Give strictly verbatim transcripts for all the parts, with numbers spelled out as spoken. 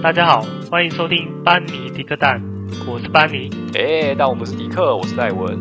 大家好，欢迎收听班尼迪克蛋，我是班尼。 哎、欸，但我不是迪克，我是戴文。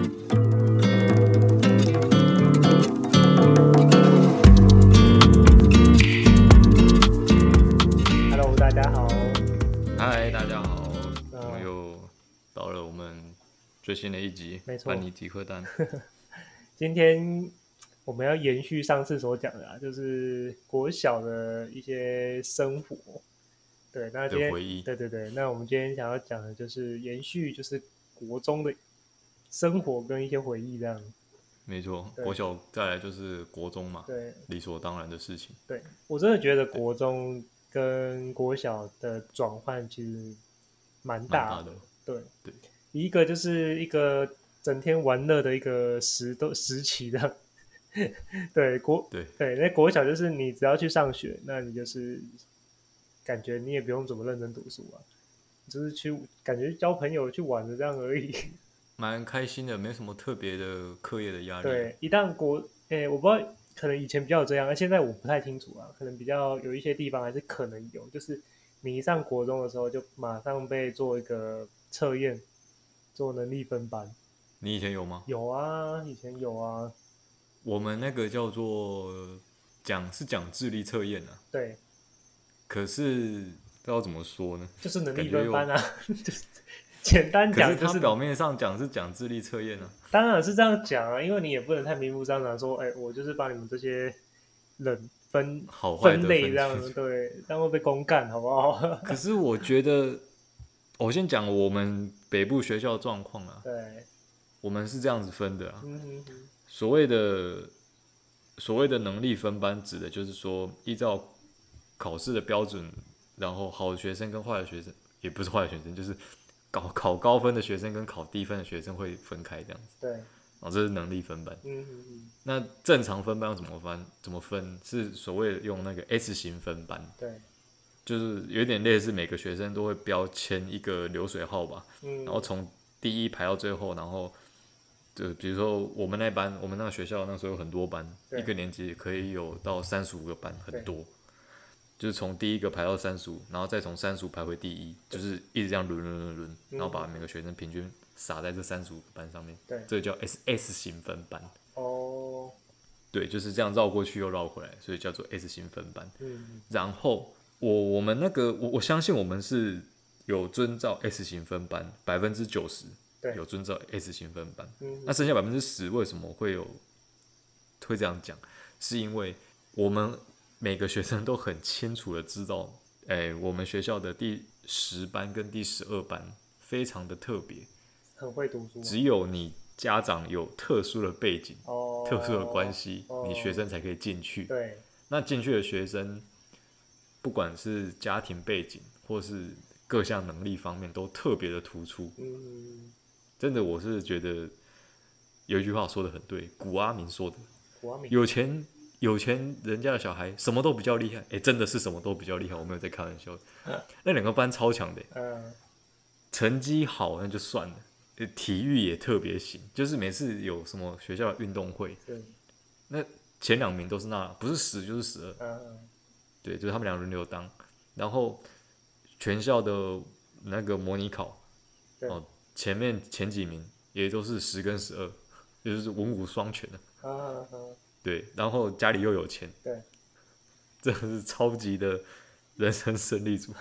Hello， 大家好。 嗨，大家好，我们又到了我们最新的一集班尼迪克蛋。 今天我们要延续上次所讲的、啊，就是国小的一些生活。对，那今天回忆， 对对对，那我们今天想要讲的就是延续，就是国中的生活跟一些回忆这样。 没错，国小再来就是国中嘛， 对，理所当然的事情。 对，我真的觉得国中跟国小的转换其实蛮大的。大的对对，一个就是一个整天玩乐的一个时都时期的。对国对对，那国小就是你只要去上学，那你就是感觉你也不用怎么认真读书啊，就是去感觉交朋友去玩的这样而已， 蛮开心的，没什么特别的课业的压力。 对，一旦国诶，我不知道，可能以前比较有这样，现在我不太清楚啊，可能比较有一些地方还是可能有，就是你一上国中的时候就马上被做一个测验，做能力分班。 你以前有吗？ 有啊，以前有啊。 我们那个叫做讲是讲智力测验啊。 对。 可是不知道怎么说呢？ 就是能力分班啊，就是简单讲、就是。 可是他表面上讲是讲智力测验啊。 当然是这样讲啊，因为你也不能太明目张胆说，哎、欸，我就是把你们这些人分好分类这样，对，这样会被公干，好不好？ 可是我觉得，我先讲我们北部学校的状况啊。 对。 我们是这样子分的啊。 嗯哼哼。所谓的所谓的能力分班，指的就是说依照考试的标准，然后好的学生跟坏的学生，也不是坏的学生，就是考考高分的学生跟考低分的学生会分开这样子。 对。 哦，这是能力分班。 嗯哼哼。 那正常分班要怎么分？怎么分？是所谓的用那个 S 型分班。 对。 就是有点类似，每个学生都会标签一个流水号吧。 嗯。 然后从第一排到最后，然后就比如说我们那班，我们那个学校那时候有很多班，一个年级可以有到三十五个班，很多。就是从第一个排到三十五，然后再从三十五排回第一，就是一直这样轮轮轮轮，然后把每个学生平均撒在这三十五个班上面。对，这个叫 S S 型分班。哦。对，就是这样绕过去又绕回来，所以叫做 S 型分班。嗯。然后我我们那个我我相信我们是有遵照 S 型分班，百分之九十有遵照 S 型分班。嗯。那剩下百分之十为什么会有会这样讲？是因为我们每个学生都很清楚的知道，欸，我们学校的第十班跟第十二班非常的特别， 很会读书。 只有你家长有特殊的背景、哦、特殊的关系、哦，你学生才可以进去。对。那进去的学生，不管是家庭背景或是各项能力方面，都特别的突出。嗯。真的，我是觉得有一句话说的很对，古阿明说的，古阿明有钱。有钱人家的小孩什么都比较厉害，哎，真的是什么都比较厉害，我没有在开玩笑。那两个班超强的，嗯，成绩好那就算了，体育也特别行，就是每次有什么学校的运动会，那前两名都是那不是十就是十二，嗯，对，就是他们俩轮流当，然后全校的那个模拟考，哦，前面前几名也都是十跟十二，也就是文武双全的。嗯嗯。对，然后家里又有钱，对，真的是超级的人生胜利组。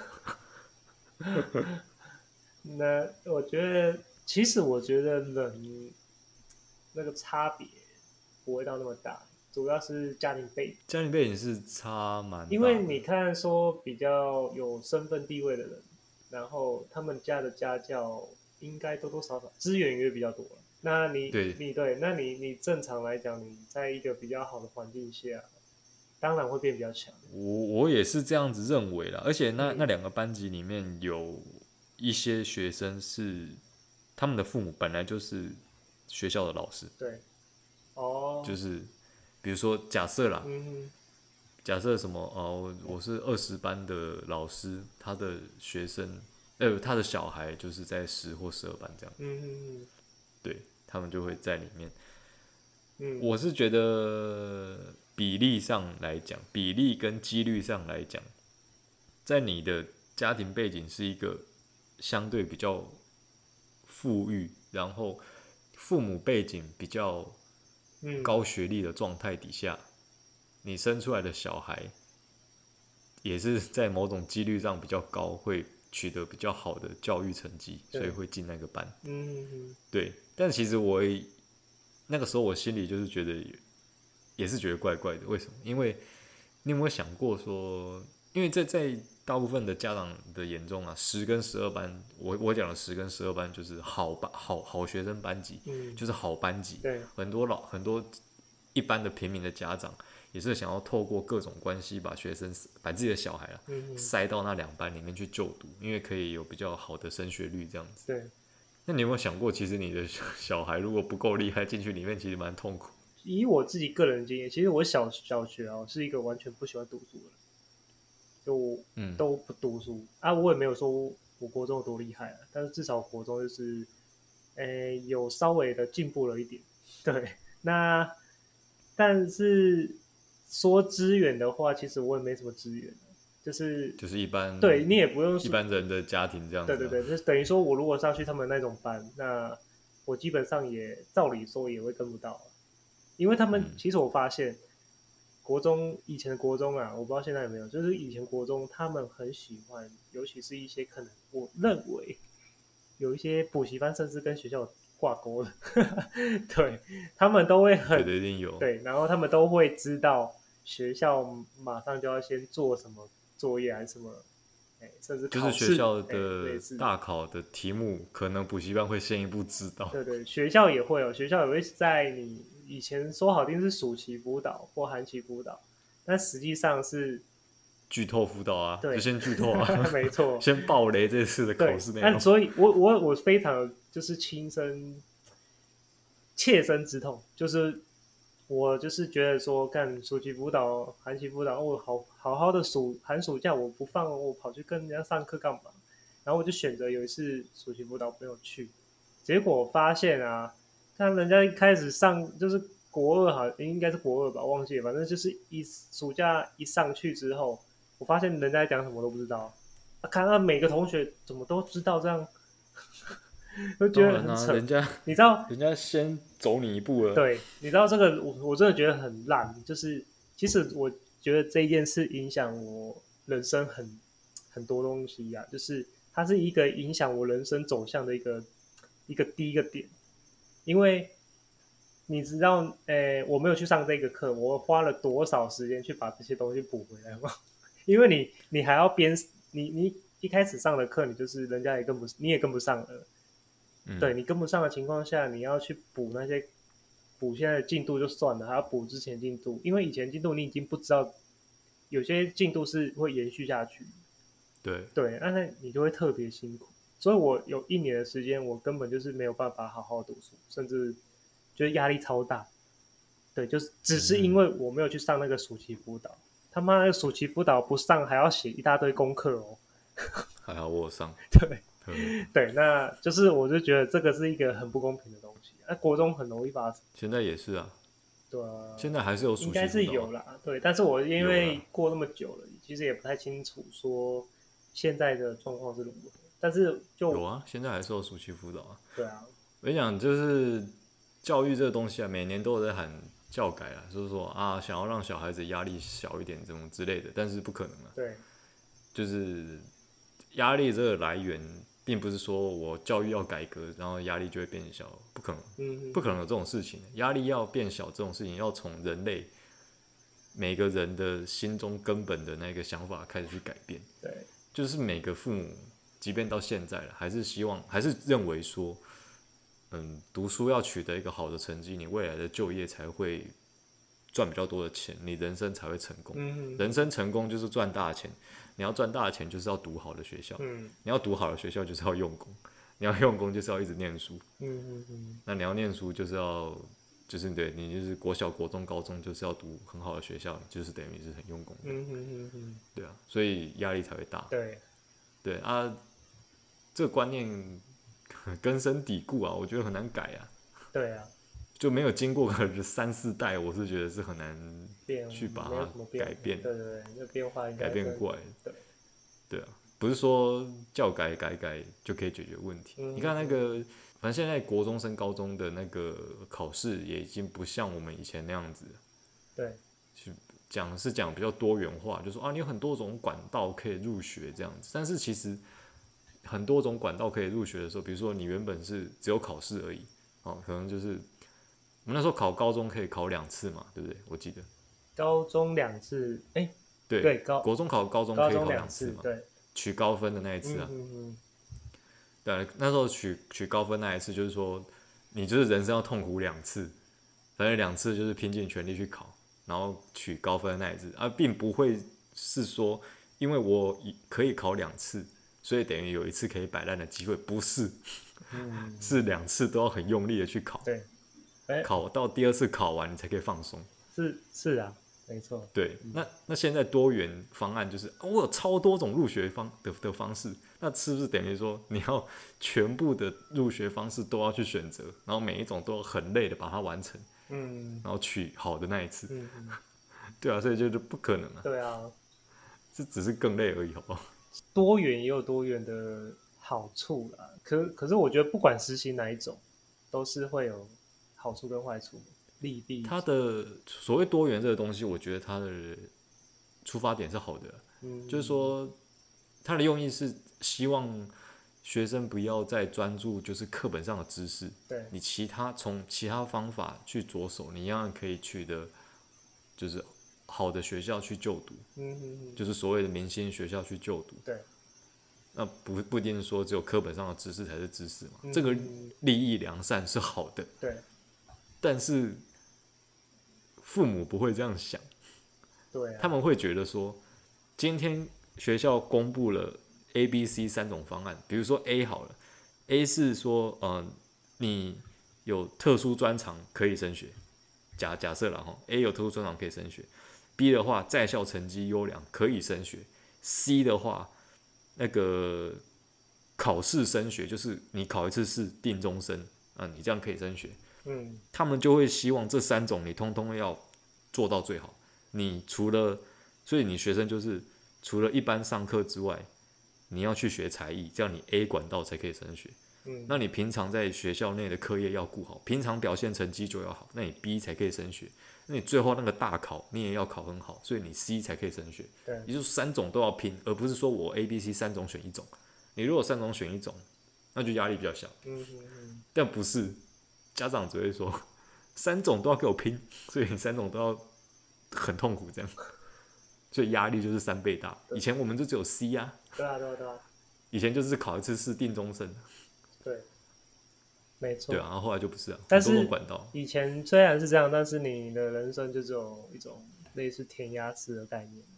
那我觉得，其实我觉得人那个差别不会到那么大，主要是家庭背景。 家庭背景是差蛮大的， 因为你看说比较有身份地位的人，然后他们家的家教应该多多少少资源也比较多了。那你对你对，那你你正常来讲，你在一个比较好的环境下，当然会变比较强。 我我也是这样子认为啦，而且那、嗯、那两个班级里面有一些学生是他们的父母本来就是学校的老师。对。哦。就是比如说假设啦，嗯、假设什么哦，我是二十班的老师，他的学生呃他的小孩就是在十或十二班这样。嗯嗯嗯。对，他们就会在里面。嗯，我是觉得比例上来讲，比例跟几率上来讲，在你的家庭背景是一个相对比较富裕，然后父母背景比较高学历的状态底下，嗯、你生出来的小孩也是在某种几率上比较高，会取得比较好的教育成绩，所以会进那个班。嗯，对。但其实我那个时候我心里就是觉得，也是觉得怪怪的。为什么？因为你有没有想过说，因为在在大部分的家长的眼中啊，十跟十二班，我我讲的十跟十二班就是好班好好学生班级，嗯、就是好班级。 对， 很多老很多一般的平民的家长也是想要透过各种关系把学生把自己的小孩啊、嗯、塞到那两班里面去就读，因为可以有比较好的升学率这样子。 对。 那你有没有想过，其实你的小孩如果不够厉害，进去里面其实蛮痛苦。 以我自己个人经验，其实我小小学啊是一个完全不喜欢读书的人，就都不读书、嗯、啊。我也没有说我国中有多厉害啊，但是至少国中就是，诶有稍微的进步了一点。对，那但是说资源的话，其实我也没什么资源。就是就是一般， 对你也不用一般人的家庭这样子、啊。 对对对，就是等于说我如果上去他们那种班，那我基本上也照理说也会跟不到，因为他们、嗯、其实我发现国中以前的国中啊，我不知道现在有没有，就是以前国中他们很喜欢，尤其是一些可能我认为有一些补习班甚至跟学校挂钩的，对他们都会很对，一定有对，然后他们都会知道学校马上就要先做什么作业还是什么，甚至就是学校的大考的题目，可能补习班会先一步知道。 对对，学校也会有，学校也会在你以前说好听是暑期辅导或寒期辅导，但实际上是剧透辅导啊，就先剧透啊， 没错， 先爆雷这次的考试内容。 但所以我我我非常就是亲身切身之痛，就是。我就是觉得说，干暑期辅导、寒期辅导，我好好好的暑寒暑假我不放，我跑去跟人家上课干嘛？然后我就选择有一次暑期辅导没有去，结果我发现啊，看人家一开始上就是国二好，应该是国二吧，忘记了，反正就是一暑假一上去之后，我发现人家在讲什么都不知道，啊、看到每个同学怎么都知道这样。就觉得很扯、 啊、人家你知道， 人家先走你一步了。 对，你知道这个我我真的觉得很烂，就是其实我觉得这件事影响我人生很很多东西啊，就是它是一个影响我人生走向的一个一个第一个点，因为你知道，诶，我没有去上这个课，我花了多少时间去把这些东西补回来吗？因为你你还要边你你一开始上的课，你就是人家也跟不你也跟不上了。嗯、对你跟不上的情况下，你要去补那些补现在的进度就算了，还要补之前进度，因为以前进度你已经不知道，有些进度是会延续下去。 对对，那你就会特别辛苦。所以我有一年的时间，我根本就是没有办法好好读书，甚至觉得压力超大。对，就是只是因为我没有去上那个暑期辅导，嗯、他妈那个暑期辅导不上还要写一大堆功课哦。 还好我有上。 对。对，那就是我就觉得这个是一个很不公平的东西。那、啊、国中很容易发生， 现在也是啊。 对啊， 现在还是有暑期辅导、啊， 应该是有啦。对，但是我因为过那么久了，其实也不太清楚说现在的状况是如何。但是就有啊，现在还是有暑期辅导啊。 对啊， 我跟你讲，就是教育这个东西啊，每年都有在喊教改啊，就是说啊，想要让小孩子压力小一点，这种之类的，但是不可能啊。 对， 就是压力这个来源。并不是说我教育要改革，然后压力就会变小，不可能，嗯、不可能有这种事情。压力要变小这种事情，要从人类每个人的心中根本的那个想法开始去改变。 对， 就是每个父母，即便到现在了，还是希望，还是认为说，嗯，读书要取得一个好的成绩，你未来的就业才会赚比较多的钱，你人生才会成功。嗯、人生成功就是赚大钱。你要赚大的钱，就是要读好的学校。嗯、你要读好的学校，就是要用功。你要用功，就是要一直念书。嗯嗯嗯、那你要念书，就是要，就是对你就是国小、国中、高中，就是要读很好的学校，就是等于是很用功的。嗯嗯嗯、对啊，所以压力才会大。 对。 对啊，这个观念根深蒂固啊，我觉得很难改啊。 对啊。 就没有经过个三四代，我是觉得是很难去把它改变。 对对对，那变化应该改变过来。 对， 对啊， 不是说教改改改就可以解决问题。嗯、你看那个，反正现在国中升高中的那个考试也已经不像我们以前那样子。 对， 讲是讲比较多元化，就说啊，你有很多种管道可以入学这样子。但是其实很多种管道可以入学的时候，比如说你原本是只有考试而已，哦，可能就是我们那时候考高中可以考两次嘛，对不对？我记得高中两次，哎、欸， 对对，高国中考高中可以考两次嘛， 对， 取高分的那一次啊， 嗯嗯嗯对，那时候取取高分那一次，就是说你就是人生要痛苦两次，反正两次就是拼尽全力去考。然后取高分的那一次，而、啊、并不会是说，因为我可以考两次，所以等于有一次可以摆烂的机会，不是，嗯、是两次都要很用力的去考， 对， 欸、考到第二次考完你才可以放松， 是是啊，没错， 对，嗯、那那现在多元方案就是，哦、我有超多种入学方 的, 的方式，那是不是等于说你要全部的入学方式都要去选择，然后每一种都很累的把它完成？嗯，然后取好的那一次，嗯嗯对啊，所以就是不可能啊。 对啊， 这只是更累而已，好不好？ 多元也有多元的好处啦。可可是我觉得不管实行哪一种，都是会有好处跟坏处，利弊。 它的所谓多元这个东西，我觉得它的出发点是好的，嗯，就是说它的用意是希望学生不要再专注就是课本上的知识， 对， 你其他从其他方法去着手，你一样可以取得就是好的学校去就读，嗯嗯嗯，就是所谓的明星学校去就读， 对， 那不不一定说只有课本上的知识才是知识嘛，嗯、这个利益良善是好的， 对， 但是父母不会这样想， 对、啊， 他们会觉得说，今天学校公布了 A、B、C 三种方案，比如说 A 好了 ，A 是说，嗯、呃，你有特殊专长可以升学，假假设啦哈 ，A 有特殊专长可以升学 ，B 的话在校成绩优良可以升学 ，C 的话那个考试升学就是你考一次试定终身啊，你这样可以升学，嗯，他们就会希望这三种你通通要做到最好，你除了所以你学生就是除了一般上课之外，你要去学才艺，这样你 A 管道才可以升学。嗯，那你平常在学校内的课业要顾好，平常表现成绩就要好，那你 B 才可以升学。那你最后那个大考你也要考很好，所以你 C 才可以升学。对，也就是三种都要拼，而不是说我 A、B、C 三种选一种。你如果三种选一种，那就压力比较小。嗯嗯嗯。但不是，家长只会说三种都要给我拼，所以你三种都要很痛苦这样。所以压力就是三倍大。以前我们就只有 C 啊， 对啊对啊对啊， 以前就是考一次试定终身， 对，没错， 对啊，然后后来就不是啊， 但是很多种管道。 以前虽然是这样，但是你的人生就只有一种类似填鸭式的概念。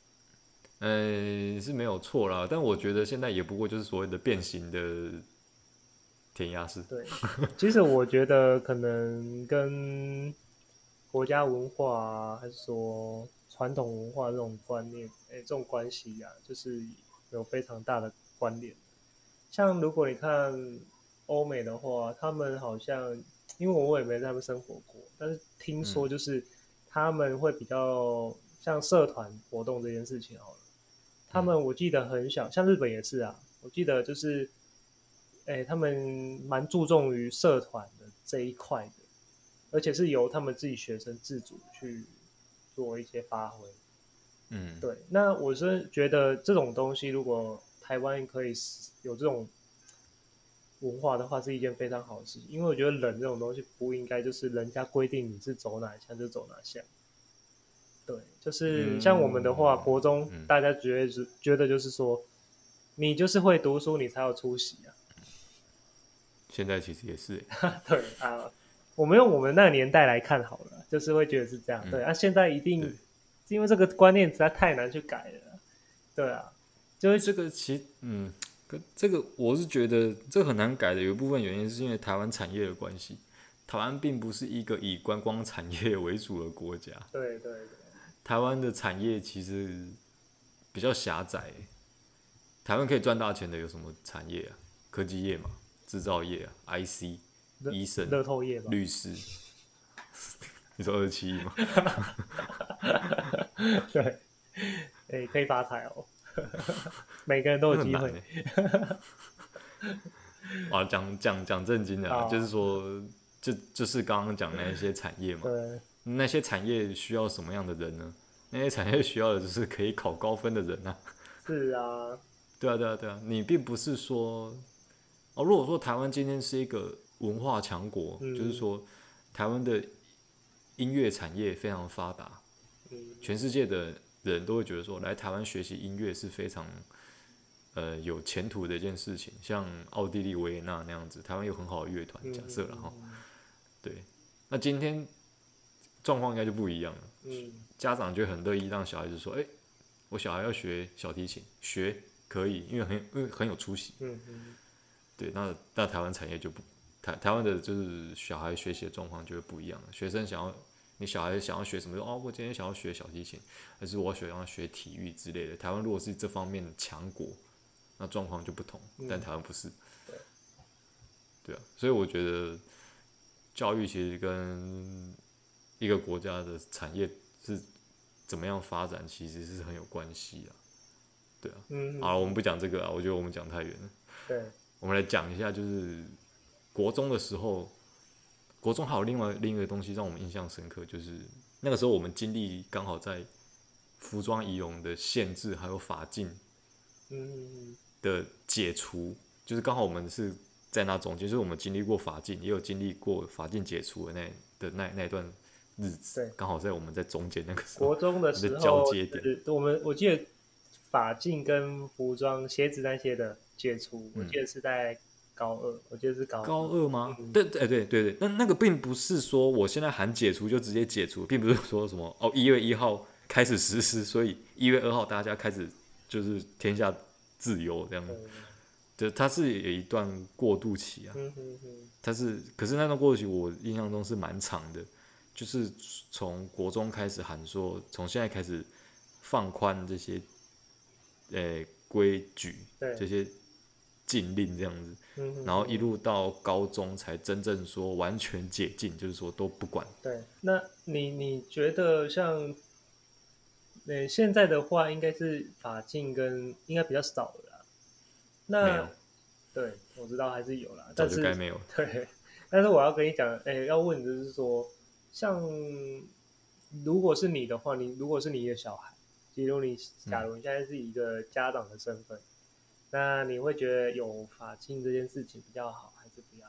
呃，是没有错啦，但我觉得现在也不过就是所谓的变形的填鸭式。 对，其实我觉得可能跟国家文化啊，还是说传统文化这种观念，哎，这种关系啊，就是有非常大的关联。像如果你看欧美的话，他们好像，因为我也没在他们生活过，但是听说就是他们会比较像社团活动这件事情好了。他们我记得很小，像日本也是啊，我记得就是，哎，他们蛮注重于社团的这一块的。而且是由他们自己学生自主去做一些发挥，嗯，对。那我是觉得这种东西，如果台湾可以有这种文化的话，是一件非常好的事情。因为我觉得人这种东西不应该就是人家规定你是走哪一项就走哪项。对，就是像我们的话，嗯、国中、嗯、大家觉得觉得就是说，你就是会读书，你才有出息啊。 现在其实也是， 对啊。我们用我们那个年代来看好了，就是会觉得是这样。嗯、对啊，现在一定是因为这个观念实在太难去改了。对啊， 就是这个其实，嗯，这个我是觉得这很难改的。有一部分原因是因为台湾产业的关系，台湾并不是一个以观光产业为主的国家。 对对对， 台湾的产业其实比较狭窄。台湾可以赚大钱的有什么产业啊？科技业嘛，制造业啊 ，I C。医生、 乐透业吧， 律师，你说二十七亿吗？ 对，哎、欸，可以发财哦。 每个人都有机会。 啊，讲讲讲正经的、啊，就是说，就就是刚刚讲那些产业嘛， 对， 那些产业需要什么样的人呢？那些产业需要的就是可以考高分的人啊。 是啊， 对啊，对啊，对啊，你并不是说，哦，如果说台湾今天是一个文化强国，嗯、就是说台湾的音乐产业非常发达，嗯、全世界的人都会觉得说，来台湾学习音乐是非常。呃，有前途的一件事情，像奥地利维也纳那样子，台湾有很好的乐团，假设了哈。对，那今天状况应该就不一样了。嗯，家长就很乐意让小孩子说，哎、欸，我小孩要学小提琴，学可以，因为很因为很有出息。嗯嗯。对，那那台湾产业就不台台湾的就是小孩学习的状况就会不一样了。学生想要你小孩想要学什么，哦，我今天想要学小提琴，还是我想要学体育之类的。台湾如果是这方面强国。那状况就不同，但台湾不是，嗯、对啊，所以我觉得教育其实跟一个国家的产业是怎么样发展，其实是很有关系啊，对啊，嗯，好了，我们不讲这个啊，我觉得我们讲太远了， 对， 我们来讲一下，就是国中的时候，国中还有另外另一个东西让我们印象深刻，就是那个时候我们经历刚好在服装仪容的限制还有法禁，嗯。的解除，就是刚好我们是在那中间，就是我们经历过法禁，也有经历过法禁解除的那的那那段日子，刚好在我们在中间那个时候， 国中的时候交接点。 我们我记得法禁跟服装、鞋子那些的解除，我记得是在高二，我记得是高二高二吗？嗯、对对对对对，那那个并不是说我现在喊解除就直接解除，并不是说什么哦一月一号开始实施，所以一月二号大家开始就是天下。自由这样，就它是有一段过渡期啊，它是，可是那段过渡期我印象中是蛮长的，就是从国中开始喊说，从现在开始放宽这些，呃规矩，这些禁令这样子，然后一路到高中才真正说完全解禁，就是说都不管。 对，那你你觉得像？对，现在的话应该是法禁跟应该比较少了啦。那没有， 对，我知道还是有啦， 早就该没有。 对，但是我要跟你讲，哎、欸，要问的就是说，像如果是你的话，你如果是你的小孩，比如你假如你现在是一个家长的身份，嗯、那你会觉得有法禁这件事情比较好，还是不要？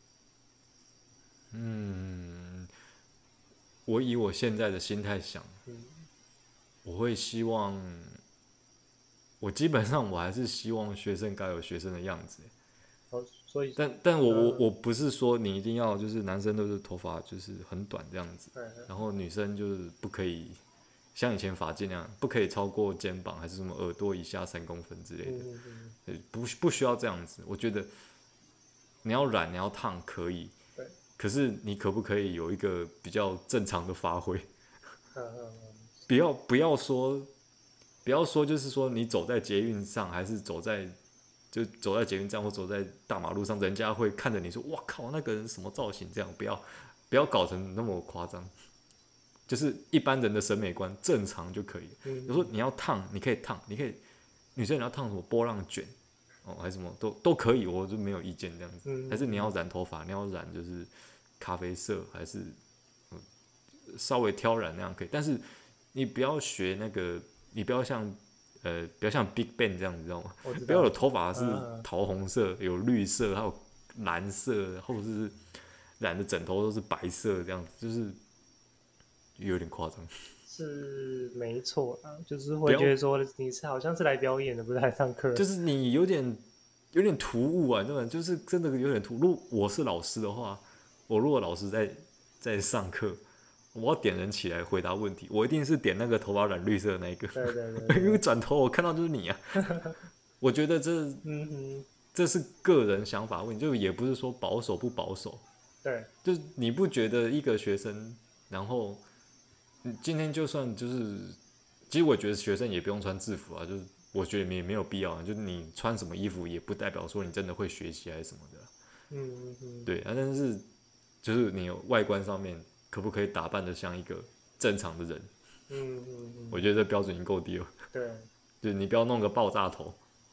嗯，我以我现在的心态想。嗯，我会希望，我基本上我还是希望学生该有学生的样子。 哦，所以， 但但我我我不是说你一定要就是男生都是头发就是很短这样子，然后女生就是不可以像以前发禁那样，不可以超过肩膀还是什么耳朵以下三公分之类的，嗯嗯嗯不不需要这样子。我觉得你要染你要烫可以，可是你可不可以有一个比较正常的发挥？嗯嗯嗯不要不要说，不要说，就是说你走在捷运上，还是走在就走在捷运站或走在大马路上，人家会看着你说：“哇靠，那个人什么造型？”这样不要不要搞成那么夸张，就是一般人的审美观正常就可以。嗯、有时候你要烫，你可以烫，你可以女生你要烫什么波浪卷哦，还是什么都都可以，我就没有意见这样子。嗯、还是你要染头发，你要染就是咖啡色，还是、嗯、稍微挑染那样可以，但是。你不要学那个，你不要像，呃，不要像 Big Bang 这样，你知道吗？不要有头发是桃红色、有绿色，还有蓝色，或者是染的枕头都是白色，这样子就是有点夸张。 是没错啊，就是会觉得说你是好像是来表演的，不是来上课。 就是你有点有点突兀啊，真的就是真的有点突兀。如果我是老师的话，我如果老师在在上课。我要点人起来回答问题，我一定是点那个头发染绿色的那一个， 对对 对, 对， 因为转头我看到就是你啊。我觉得这，嗯哼，这是个人想法问题，就也不是说保守不保守， 对， 就是你不觉得一个学生，然后今天就算就是，其实我觉得学生也不用穿制服啊，就是我觉得也没有必要啊，就是你穿什么衣服也不代表说你真的会学习还是什么的，嗯嗯嗯，对啊，但是就是你外观上面。可不可以打扮得像一个正常的人？嗯嗯嗯，我觉得这标准已经够低了。 对， 就是你不要弄个爆炸头，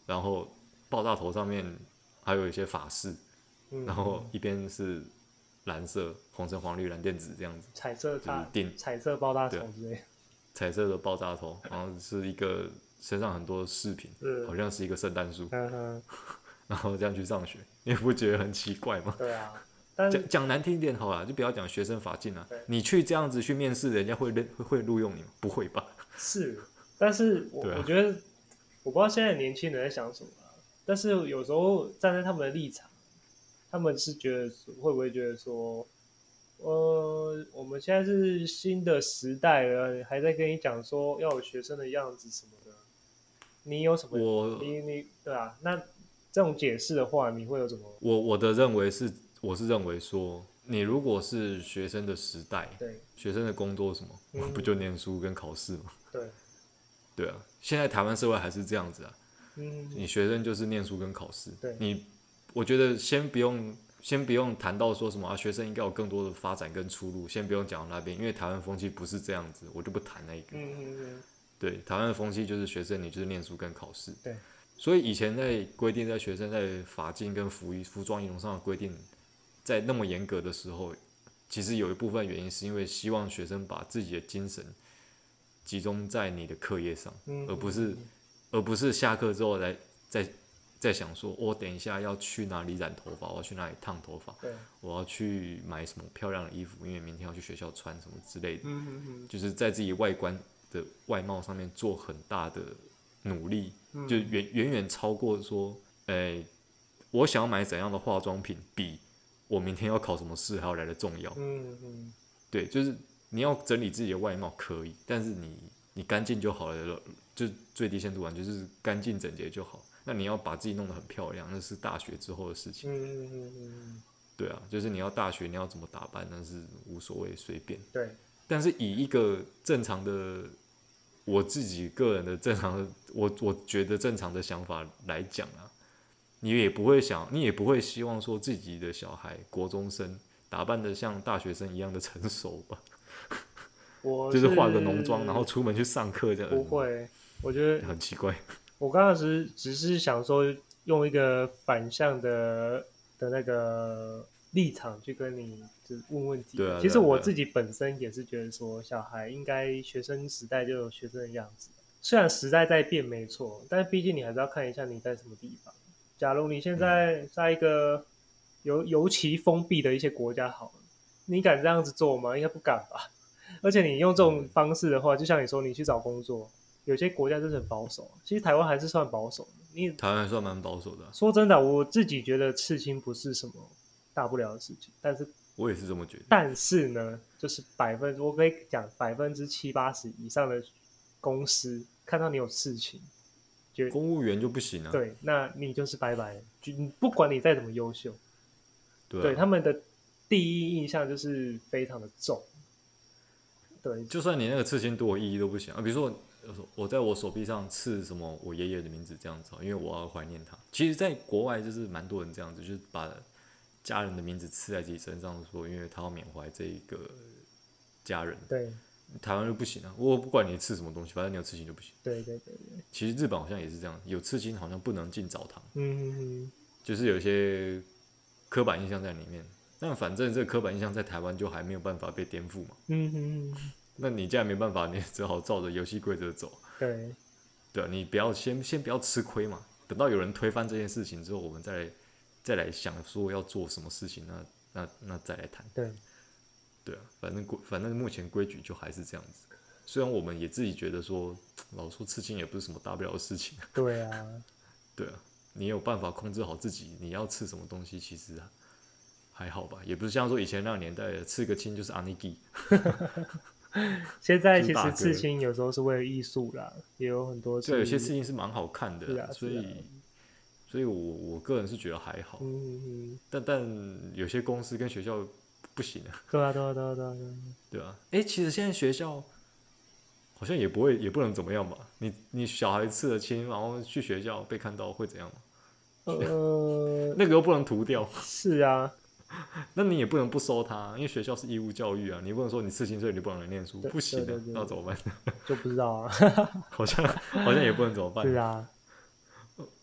然后爆炸头上面还有一些法式，嗯、然后一边是蓝色、红橙黄绿蓝靛紫这样子， 彩色就是定彩色爆炸头之类的， 彩色的爆炸头，然后是一个身上很多饰品，好像是一个圣诞树，嗯、然后这样去上学，你不觉得很奇怪吗？ 对啊。 讲讲难听一点好啦，就不要讲学生法禁啊。你去这样子去面试，人家会会会录用你吗？不会吧？ 是，但是我、啊、我觉得，我不知道现在年轻人在想什么、啊，但是有时候站在他们的立场，他们是觉得会不会觉得说，呃，我们现在是新的时代了，还在跟你讲说要有学生的样子什么的，你有什么？ 我你你对啊，那这种解释的话，你会有什么？ 我我的认为是。我是认为说，你如果是学生的时代， 对， 学生的工作什么，嗯、不就念书跟考试吗？ 对， 对啊，现在台湾社会还是这样子啊。嗯，你学生就是念书跟考试。 对， 你我觉得先不用，先不用谈到说什么啊，学生应该有更多的发展跟出路，先不用讲到那边，因为台湾风气不是这样子，我就不谈那一个。嗯嗯嗯。对，台湾的风气就是学生你就是念书跟考试。 对， 所以以前在规定在学生在法禁跟服衣服装仪容上的规定。在那么严格的时候，其实有一部分原因是因为希望学生把自己的精神集中在你的课业上，嗯、而不是而不是下课之后来再再想说，我、哦、等一下要去哪里染头发，我要去哪里烫头发，我要去买什么漂亮的衣服，因为明天要去学校穿什么之类的，嗯、就是在自己外观的外貌上面做很大的努力，嗯、就远远远超过说，诶，我想要买怎样的化妆品比我明天要考什么试还要来的重要。嗯嗯，对，就是你要整理自己的外貌可以，但是你你干净就好了，就最低限度完就是干净整洁就好。那你要把自己弄得很漂亮，那是大学之后的事情。嗯嗯嗯，对啊，就是你要大学你要怎么打扮那是无所谓随便。 对， 但是以一个正常的我自己个人的正常的我我觉得正常的想法来讲啊。你也不会想，你也不会希望说自己的小孩国中生打扮得像大学生一样的成熟吧？ 我就是化个浓妆，然后出门去上课这样。 不会，我觉得很奇怪。 我刚开始只是想说，用一个反向的的那个立场去跟你就是问问题。 对啊。 其实我自己本身也是觉得说，小孩应该学生时代就有学生的样子。虽然时代在变，没错，但毕竟你还是要看一下你在什么地方。假如你现在在一个尤尤其封闭的一些国家好了，你敢这样子做吗？应该不敢吧。而且你用这种方式的话，就像你说，你去找工作，有些国家真的很保守。其实台湾还是算保守的。你台湾还算蛮保守的、啊。 说真的，我自己觉得刺青不是什么大不了的事情，但是我也是这么觉得。 但是呢，就是百分，我可以讲百分之七八十以上的公司看到你有刺青。 公务员就不行啊。 对，那你就是拜拜了。就不管你再怎么优秀， 对、啊， 对他们的第一印象就是非常的重。对， 就算你那个刺青多有意义都不行啊。比如说我在我手臂上刺什么我爷爷的名字这样子，因为我要怀念他。其实，在国外就是蛮多人这样子，就是把家人的名字刺在自己身上，说因为他要缅怀这一个家人。 对。 台湾就不行啊！我不管你刺什么东西，反正你有刺青就不行。 对对对对。 其实日本好像也是这样，有刺青好像不能进澡堂。 嗯哼哼。 就是有一些刻板印象在里面。但反正这个刻板印象在台湾就还没有办法被颠覆嘛。 嗯哼哼。 那你既然没办法，你只好照着游戏规则走。 对。 对啊，你不要先先不要吃亏嘛。等到有人推翻这件事情之后，我们再来再来想说要做什么事情，那那那再来谈。 对。 对啊，反正反正目前规矩就还是这样子。虽然我们也自己觉得说，老说刺青也不是什么大不了的事情。 对啊， 对啊，你有办法控制好自己，你要刺什么东西，其实还好吧，也不是像说以前那个年代刺个青就是阿尼基。 现在其实刺青有时候是为了艺术啦，也有很多对，有些事情是蛮好看的啦， 啊、 所以、啊、所以我我个人是觉得还好。 嗯嗯， 但但有些公司跟学校。不行啊！ 对啊，对啊，对啊，对啊， 对啊！哎、欸，其实现在学校好像也不会，也不能怎么样吧？你你小孩刺了青，然后去学校被看到会怎样吗？呃，那个又不能涂掉。 是啊， 那你也不能不收他，因为学校是义务教育啊，你不能说你刺青所以你不能来念书，不行啊，对对对，那怎么办？ 就不知道啊， 好像好像也不能怎么办。 是啊，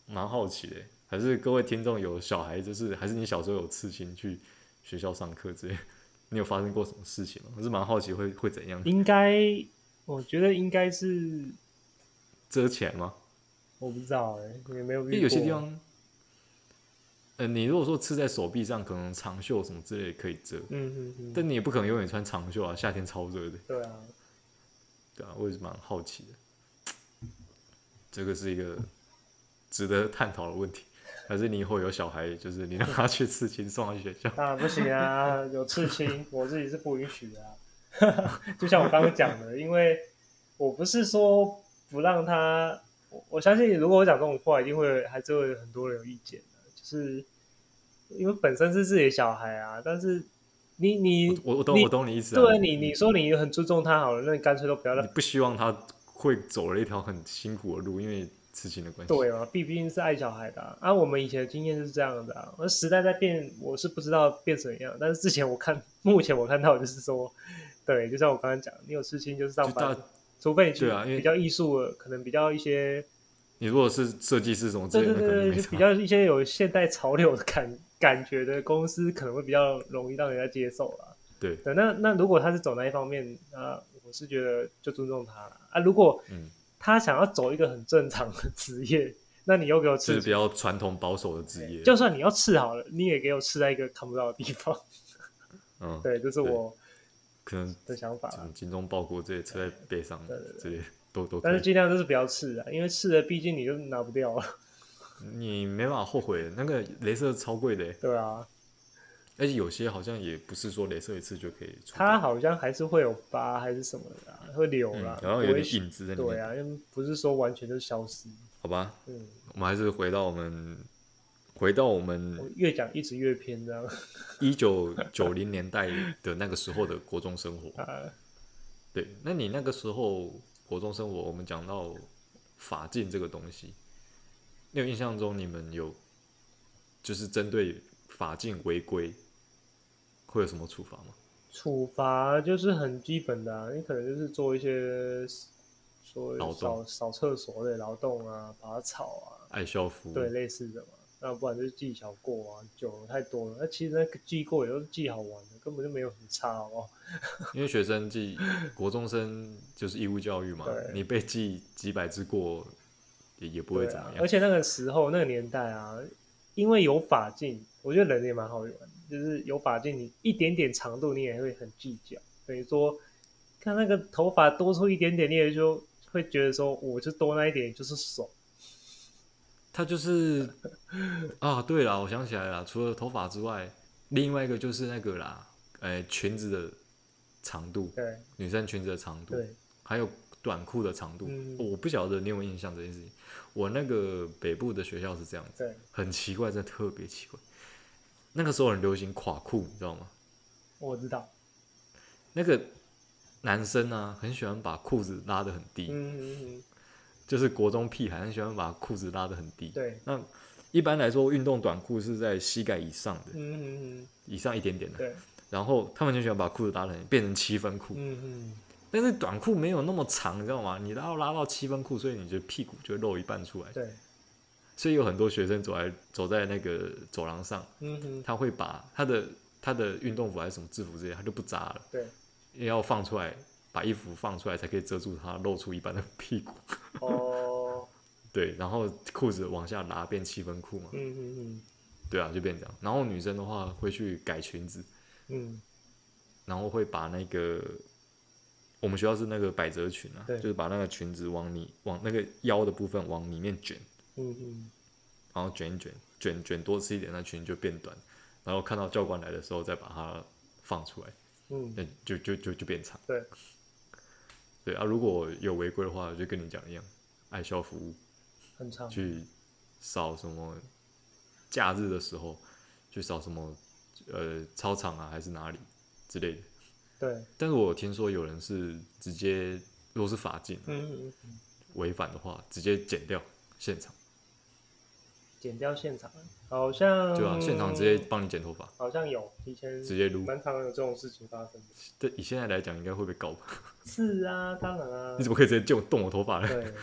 蛮好奇的，还是各位听众有小孩，就是还是你小时候有刺青去学校上课之类，你有发生过什么事情吗？我是蛮好奇会会怎样。 应该，我觉得应该是遮起来吗？ 我不知道哎、欸，也没有遇过。 因为有些地方，呃，你如果说刺在手臂上，可能长袖什么之类的可以遮， 嗯嗯嗯， 但你也不可能永远穿长袖啊，夏天超热的。 对啊， 对啊，我也是蛮好奇的，这个是一个值得探讨的问题。还是你以后有小孩，就是你让他去刺青送他去学校？ 当然不行啊，有刺青我自己是不允许的啊。就像我刚刚讲的，因为我不是说不让他，我我相信如果我讲这种话，一定会还是会有很多人有意见的，就是因为本身是自己的小孩啊，但是你你我我懂我懂你意思啊。 对你你说你很尊重他好了，那你干脆都不要让。 你不希望他会走了一条很辛苦的路，因为刺青的关系。 对嘛，毕竟是爱小孩的啊。啊我们以前的经验是这样的啊，而时代在变，我是不知道变怎样，但是之前我看，目前我看到就是说，对，就像我刚刚讲，你有刺青就是上班，除非你去比较艺术的，可能比较一些。 你如果是设计师什么之类的， 对对对，就比较一些有现代潮流的感感觉的公司，可能会比较容易让人家接受啦。 对对，那那如果他是走那一方面，啊，我是觉得就尊重他了啊。如果他想要走一个很正常的职业，那你又给我刺， 就是比较传统保守的职业。 就算你要刺好了，你也给我刺在一个看不到的地方。嗯，对，这是我可能的想法。 精忠报国这些刺在背上，这些都都。 但是尽量都是不要刺啊，因为刺了，毕竟你就拿不掉了。 你没办法后悔，那个雷射超贵的。 对啊。 而且有些好像也不是说雷射一次就可以除， 它好像还是会有疤还是什么的、啊，会留啦、 嗯，然后有点印子在里面。 对啊，因为不是说完全就消失。 好吧，嗯，我们还是回到我们，回到我们我越讲一直越偏这样。 一九九零年代的那个时候的国中生活。啊、对，那你那个时候国中生活，我们讲到法禁这个东西，你有印象中你们有就是针对法禁违规？会有什么处罚吗？ 处罚就是很基本的啊，你可能就是做一些说扫扫厕所类劳动啊，拔草啊， 爱校服， 对，类似的嘛。那不然就是记小过啊，久了太多了。那其实那个记过也都是记好玩的，根本就没有很差哦。 因为学生记国中生就是义务教育嘛，你被记几百次过也也不会怎么样、啊。 而且那个时候那个年代啊，因为有法禁，我觉得人也蛮好玩的。就是有法禁，你一点点长度你也会很计较，等于说看那个头发多出一点点，你也就会觉得说，我就多那一点就是爽。 他就是啊，对了，我想起来了，除了头发之外，另外一个就是那个啦，呃，裙子的长度， 对， 女生裙子的长度， 对， 还有短裤的长度、嗯哦。我不晓得你有没有印象这件事情。我那个北部的学校是这样子，很奇怪，真的特别奇怪。那个时候很流行垮裤，你知道吗？ 我知道。 那个男生啊，很喜欢把裤子拉得很低，嗯嗯嗯，就是国中屁孩很喜欢把裤子拉得很低。 对。 那一般来说，运动短裤是在膝盖以上的， 嗯嗯嗯， 以上一点点的。 对。 然后他们就喜欢把裤子拉得很变成七分裤。 嗯嗯。 但是短裤没有那么长，你知道吗？你拉拉到七分裤，所以你的屁股就会露一半出来。 对。 所以有很多学生走在走在那个走廊上，嗯哼，他会把他的他的运动服还是什么制服之类，他就不扎了， 对， 因为要放出来，把衣服放出来才可以遮住他露出一半的屁股。哦，对，然后裤子往下拉变七分裤嘛，嗯嗯嗯，对啊，就变这样。然后女生的话会去改裙子，嗯，然后会把那个我们学校是那个百褶裙啊，就是把那个裙子往你往那个腰的部分往里面卷。嗯嗯，然后卷一卷，卷卷多次一点，那裙就变短。然后看到教官来的时候，再把它放出来，嗯，那就就就就变长。 对， 对啊，如果有违规的话，就跟你讲一样，爱校服务， 很长， 去扫什么假日的时候，去扫什么呃操场啊，还是哪里之类的。 对， 但是我听说有人是直接，如果是法禁，嗯嗯，违反的话，直接剪掉现场。 剪掉现场，好像对啊，现场直接帮你剪头发， 好像有以前直接撸， 蛮常有这种事情发生的。 对，以现在来讲，应该会被告吧？ 是啊，当然啊。 你怎么可以直接就动我头发呢？ 对，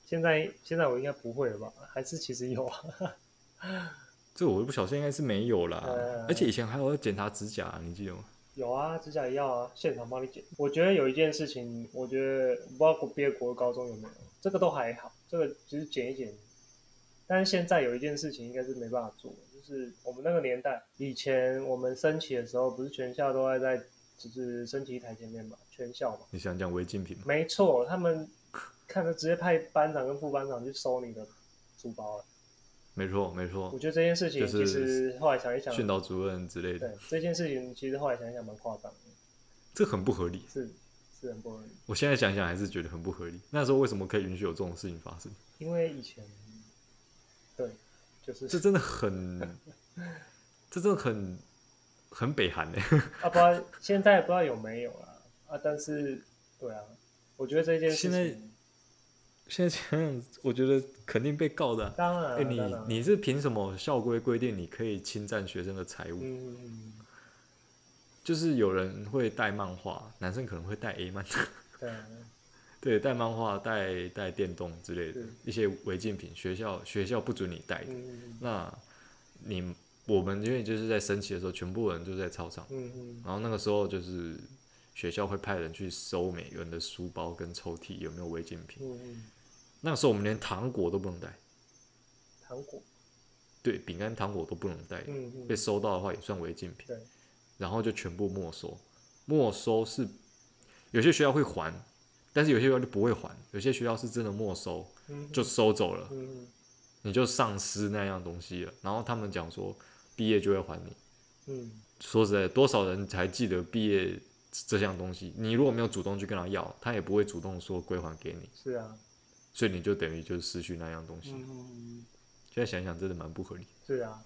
现在现在我应该不会了吧？还是其实有啊？ 这我就不晓得，应该是没有啦。呃、而且以前还有要检查指甲，你记得吗？ 有啊，指甲也要啊，现场帮你剪。我觉得有一件事情，我觉得不知道别的国高中有没有，这个都还好，这个只是剪一剪。但是现在有一件事情应该是没办法做，就是我们那个年代，以前我们升旗的时候，不是全校都在在就是升旗台前面嘛，全校嘛。 你想讲违禁品吗？ 没错，他们看着直接派班长跟副班长去收你的书包了。 没错，没错。 我觉得这件事情其实后来想一想， 训导主任之类的。 对，这件事情其实后来想一想蛮夸张的。 这很不合理。 是，是很不合理。 我现在想想还是觉得很不合理。那时候为什么可以允许有这种事情发生？ 因为以前，对，就是这真的很，这真的很很北韩呢。 啊，不知道现在不知道有没有啦啊，但是对啊，我觉得这件事情。 现在现在这样，我觉得肯定被告的、啊。 当然， 哎、欸，你你是凭什么校规规定你可以侵占学生的财物？ 嗯， 就是有人会带漫画，男生可能会带 A 漫。 对， 对，带漫画、带带电动之类的一些违禁品，学校学校不准你带的。 嗯、 那你我们因为就是在升旗的时候，全部人就在操场， 嗯、 然后那个时候就是学校会派人去搜每个人的书包跟抽屉有没有违禁品。 嗯那个时候我们连糖果都不能带， 糖果， 对，饼干、糖果都不能带， 嗯嗯、 被收到的话也算违禁品。 对， 然后就全部没收。没收是有些学校会还，但是有些学校就不会还，有些学校是真的没收， 嗯、 就收走了， 嗯、 你就丧失那样东西了。然后他们讲说毕业就会还你。 嗯， 说实在，多少人才记得毕业这项东西？你如果没有主动去跟他要，他也不会主动说归还给你。 是啊。 所以你就等于就是失去那样东西。 嗯， 现在想想真的蛮不合理。 是啊，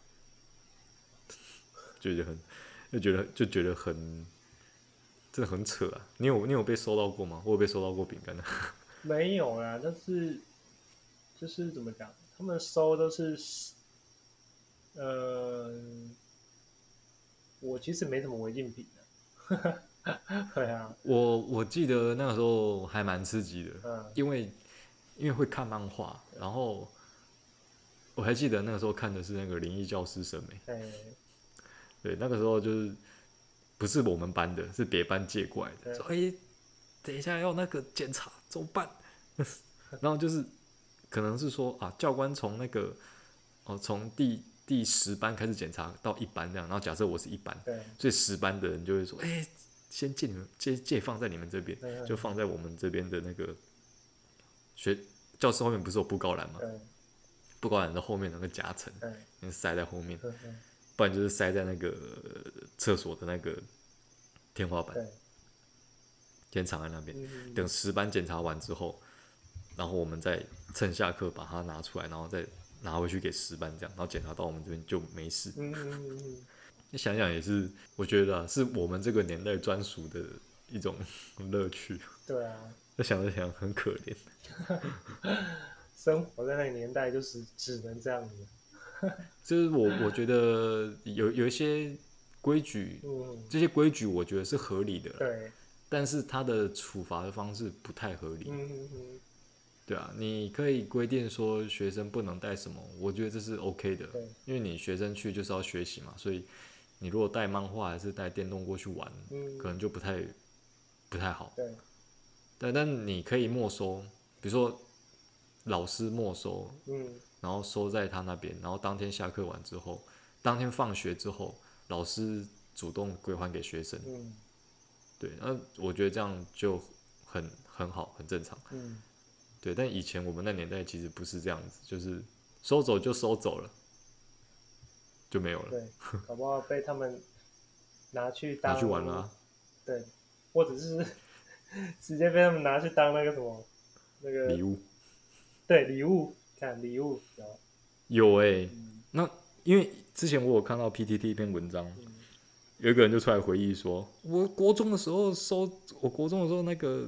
就觉得很，就觉得就觉得很，真的很扯啊！你有你有被收到过吗？我有被收到过饼干的。 没有啦，但是就是怎么讲，他们收都是，呃，我其实没什么违禁品的。对啊， 我我记得那个时候还蛮刺激的， 嗯、 因为因为会看漫画，然后我还记得那个时候看的是那个《灵异教师》审美， 欸， 对，那个时候就是不是我们班的，是别班借过来的，说哎、欸，等一下要那个检查怎么办？然后就是可能是说啊，教官从那个哦从第第十班开始检查到一班这样，然后假设我是一班，所以十班的人就会说，哎、欸。先借你们借借放在你们这边，就放在我们这边的那个学教室后面不是有布告栏吗？布告栏的后面那个夹层，你塞在后面，不然就是塞在那个厕所的那个天花板，先藏在那边。等十班检查完之后，然后我们再趁下课把它拿出来，然后再拿回去给十班这样，然后检查到我们这边就没事。你想想也是，我觉得、啊、是我们这个年代专属的一种乐趣。 对啊， 那想着想很可怜。 生活在那个年代就是只能这样子。 就是我我觉得有有一些规矩、嗯，这些规矩我觉得是合理的， 对。但是它的处罚的方式不太合理。 嗯嗯嗯。 对啊，你可以规定说学生不能带什么，我觉得这是 OK 的，因为你学生去就是要学习嘛，所以。你如果带漫画还是带电动过去玩，嗯、可能就不太不太好。对，但但你可以没收，比如说老师没收，嗯，然后收在他那边，然后当天下课完之后，当天放学之后，老师主动归还给学生。嗯，对，那我觉得这样就很很好，很正常。嗯，对，但以前我们那年代其实不是这样子，就是收走就收走了。就没有了， 对，搞不好被他们拿去当拿去玩了、啊， 对，或者是直接被他们拿去当那个什么那个礼物， 对，礼物，看礼物有有哎、欸嗯，那因为之前我有看到 P T T 一篇文章、嗯，有一个人就出来回忆说，我国中的时候收，我国中的时候那个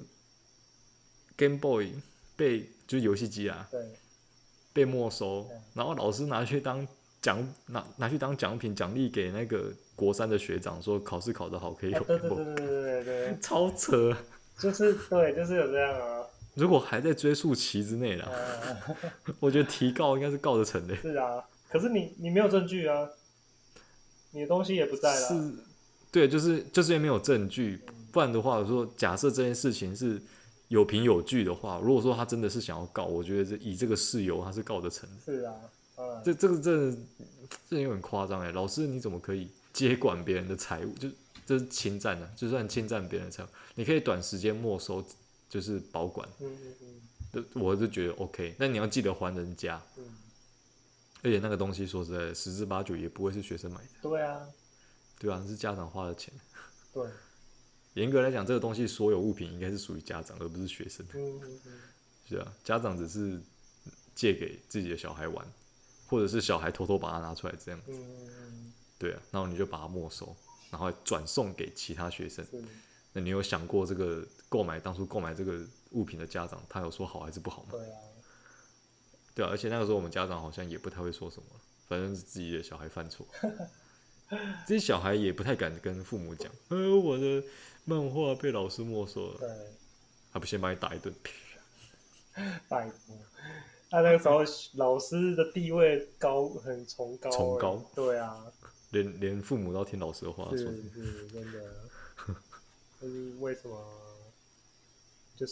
Game Boy 被就是游戏机啊，对，被没收，然后老师拿去当。奖拿拿去当奖品奖励给那个国三的学长，说考试考得好可以有、啊。 对对对对对对， 超扯。 就是对，就是有这样啊。 如果还在追溯期之内啦，呃、我觉得提告应该是告得成的。 是啊，可是你你没有证据啊，你的东西也不在啦。 是，对，就是就是因为没有证据，不然的话，我说假设这件事情是有凭有据的话，如果说他真的是想要告，我觉得这以这个事由他是告得成的。 是啊，嗯、 这这个这这有点夸张哎，老师你怎么可以接管别人的财物？就这是侵占的、啊，就算侵占别人的财物，你可以短时间没收，就是保管。 嗯嗯嗯， 我就觉得 OK， 但你要记得还人家。嗯，而且那个东西说实在，十之八九也不会是学生买的。 对啊， 对啊，是家长花的钱。 对， 严格来讲，这个东西所有物品应该是属于家长，而不是学生的。 嗯嗯嗯， 是啊，家长只是借给自己的小孩玩，或者是小孩偷偷把它拿出来这样子。嗯嗯，对啊，然后你就把它没收，然后转送给其他学生。那你有想过这个购买当初购买这个物品的家长，他有说好还是不好吗？ 对啊， 对啊，而且那个时候我们家长好像也不太会说什么，反正是自己的小孩犯错，这些小孩也不太敢跟父母讲，呃，我的漫画被老师没收了，对，还不先把你打一顿， 拜托，他那个时候老师的地位高，很崇高， 崇高， 对啊， 连连父母都要听老师的话， 是是真的。就是为什么？就是，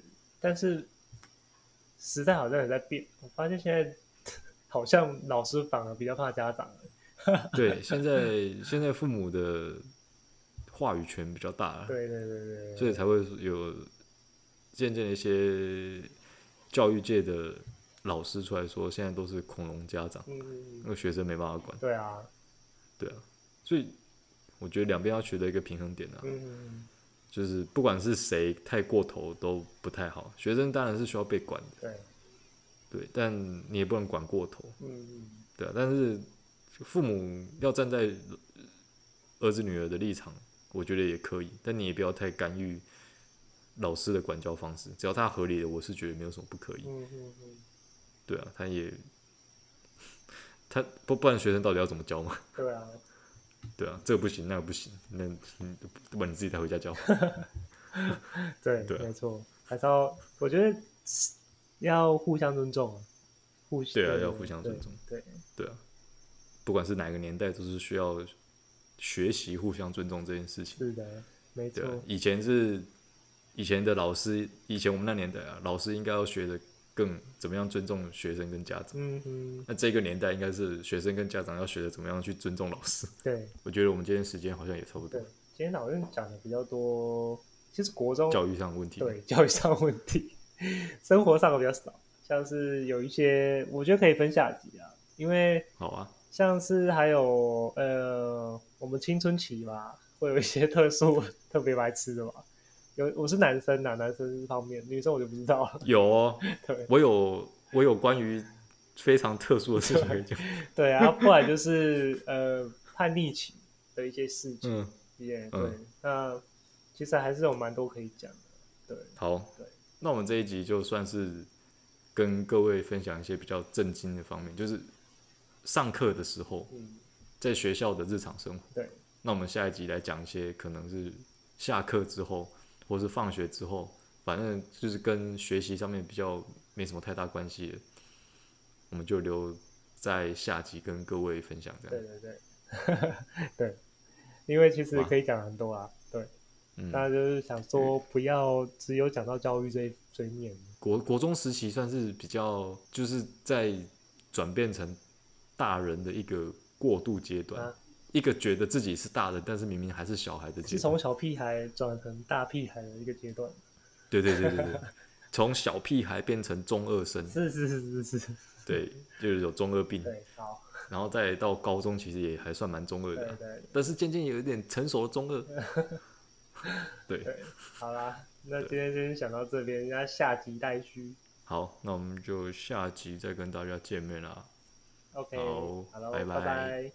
但是时代好像也在变。我发现现在好像老师反而比较怕家长了。 对，现在现在父母的话语权比较大了。 对对对 对, 对， 所以才会有渐渐的一些教育界的老师出来说，现在都是恐龙家长，嗯，那个学生没办法管。 对啊， 对啊，所以我觉得两边要取得一个平衡点啊。嗯，就是不管是谁太过头都不太好，学生当然是需要被管的，对，对，但你也不能管过头，嗯，对啊，但是父母要站在儿子女儿的立场，我觉得也可以，但你也不要太干预老师的管教方式，只要他合理的，我是觉得没有什么不可以。嗯嗯嗯，对啊，他也他不不然学生到底要怎么教嘛？ 对啊。 对啊，这个不行，那个不行，那不然你自己带回家教。 对，对啊，没错，还是要，我觉得要互相尊重啊，互对啊，要互相尊重， 对， 对啊，不管是哪个年代，都是需要学习互相尊重这件事情。 是的，没错。 对啊，以前是以前的老师，以前我们那年代啊，老师应该要学的更怎么样尊重学生跟家长。嗯嗯。那这个年代应该是学生跟家长要学的怎么样去尊重老师。 对。 我觉得我们今天时间好像也差不多。 对，今天好像讲的比较多，其实国中教育上的问题。 对，教育上的问题，生活上的比较少，像是有一些我觉得可以分下集啊，因为好啊， 像是还有呃，我们青春期嘛，会有一些特殊特别白痴的嘛。有我是男生呐，男生方面，女生我就不知道了。 有哦，对，我有我有关于非常特殊的事情可以讲。 对啊，不然就是呃叛逆期的一些事情，嗯，也对、嗯。那其实还是有蛮多可以讲的。对， 好，对，那我们这一集就算是跟各位分享一些比较震惊的方面，就是上课的时候，嗯，在学校的日常生活。 对， 那我们下一集来讲一些可能是下课之后。或是放学之后，反正就是跟学习上面比较没什么太大关系的，我们就留在下集跟各位分享这样。 对对对，对，因为其实可以讲很多啊，对，嗯，大家就是想说不要只有讲到教育这一这一面。 国国中时期算是比较就是在转变成大人的一个过渡阶段。啊，一个觉得自己是大人，但是明明还是小孩的阶段， 是从小屁孩转成大屁孩的一个阶段。 对对对对对，从小屁孩变成中二生。 是是是是是。对， 就是有中二病。 对，好。 然后再到高中，其实也还算蛮中二的， 对对。 但是渐渐有一点成熟的中二。对对，好啦，那今天先讲到这边，那下集待续。 好，那我们就下集再跟大家见面啦。 OK， 好，拜拜拜。